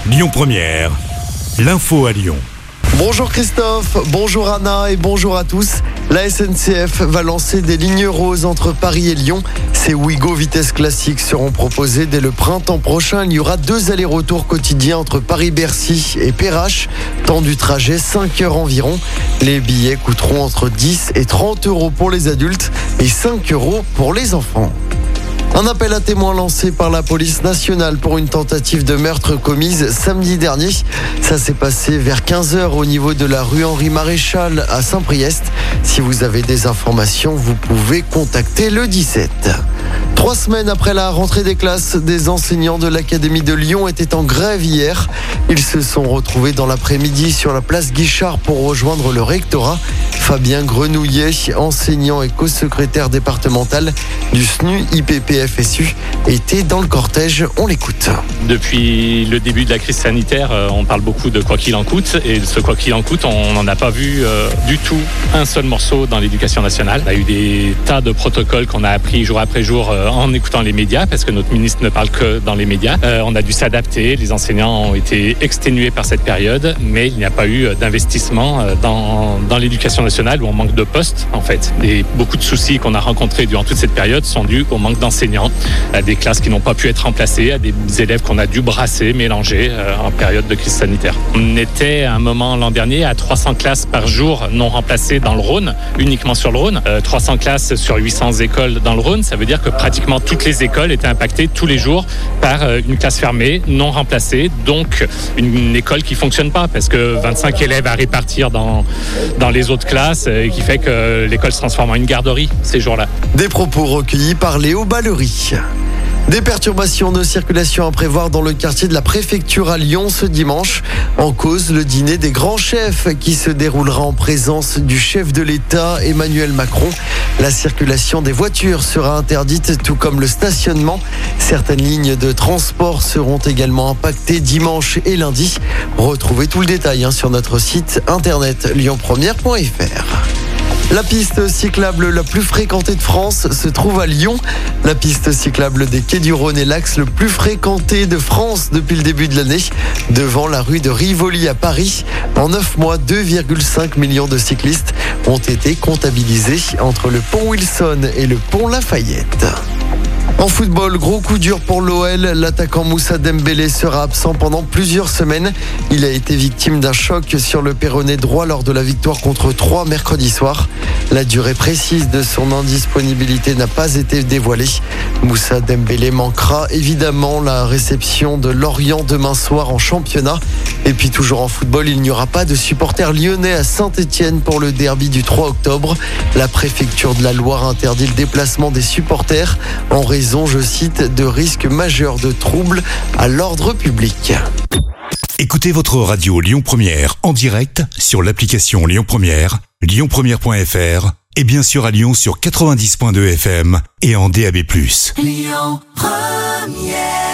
Lyon Première, l'info à Lyon. Bonjour Christophe, bonjour Anna et bonjour à tous. La SNCF va lancer des lignes roses entre Paris et Lyon. Ces Ouigo vitesse classique seront proposés dès le printemps prochain. Il y aura 2 allers-retours quotidiens entre Paris-Bercy et Perrache. Temps du trajet, 5 heures environ. Les billets coûteront entre 10 et 30 euros pour les adultes et 5 euros pour les enfants. Un appel à témoins lancé par la police nationale pour une tentative de meurtre commise samedi dernier. Ça s'est passé vers 15h au niveau de la rue Henri Maréchal à Saint-Priest. Si vous avez des informations, vous pouvez contacter le 17. 3 semaines après la rentrée des classes, des enseignants de l'Académie de Lyon étaient en grève hier. Ils se sont retrouvés dans l'après-midi sur la place Guichard pour rejoindre le rectorat. Fabien Grenouillet, enseignant et co-secrétaire départemental du SNU IPP-FSU, était dans le cortège. On l'écoute. Depuis le début de la crise sanitaire, on parle beaucoup de quoi qu'il en coûte. Et ce quoi qu'il en coûte, on n'en a pas vu du tout un seul morceau dans l'éducation nationale. Il y a eu des tas de protocoles qu'on a appris jour après jour en écoutant les médias, parce que notre ministre ne parle que dans les médias. On a dû s'adapter, les enseignants ont été exténués par cette période, mais il n'y a pas eu d'investissement dans l'éducation nationale où on manque de postes en fait. Et beaucoup de soucis qu'on a rencontrés durant toute cette période sont dus au manque d'enseignants, à des classes qui n'ont pas pu être remplacées, à des élèves qu'on a dû brasser, mélanger en période de crise sanitaire. On était à un moment l'an dernier à 300 classes par jour non remplacées dans le Rhône, uniquement sur le Rhône. 300 classes sur 800 écoles dans le Rhône, ça veut dire que pratiquement toutes les écoles étaient impactées tous les jours par une classe fermée, non remplacée, donc une école qui fonctionne pas parce que 25 élèves à répartir dans les autres classes et qui fait que l'école se transforme en une garderie ces jours-là. Des propos recueillis par Léo Ballery. Des perturbations de circulation à prévoir dans le quartier de la préfecture à Lyon ce dimanche. En cause, le dîner des grands chefs qui se déroulera en présence du chef de l'État, Emmanuel Macron. La circulation des voitures sera interdite, tout comme le stationnement. Certaines lignes de transport seront également impactées dimanche et lundi. Retrouvez tout le détail sur notre site internet lyonpremière.fr. La piste cyclable la plus fréquentée de France se trouve à Lyon. La piste cyclable des Quais du Rhône est l'axe le plus fréquenté de France depuis le début de l'année, devant la rue de Rivoli à Paris. En 9 mois, 2,5 millions de cyclistes ont été comptabilisés entre le pont Wilson et le pont Lafayette. En football, gros coup dur pour l'OL. L'attaquant Moussa Dembélé sera absent pendant plusieurs semaines. Il a été victime d'un choc sur le péroné droit lors de la victoire contre 3 mercredi soir. La durée précise de son indisponibilité n'a pas été dévoilée. Moussa Dembélé manquera évidemment la réception de Lorient demain soir en championnat. Et puis toujours en football, il n'y aura pas de supporters lyonnais à Saint-Etienne pour le derby du 3 octobre. La préfecture de la Loire interdit le déplacement des supporters en raison, je cite, de risques majeurs de troubles à l'ordre public. Écoutez votre radio Lyon Première en direct sur l'application Lyon Première, lyonpremière.fr et bien sûr à Lyon sur 90.2 FM et en DAB+. Lyon Première.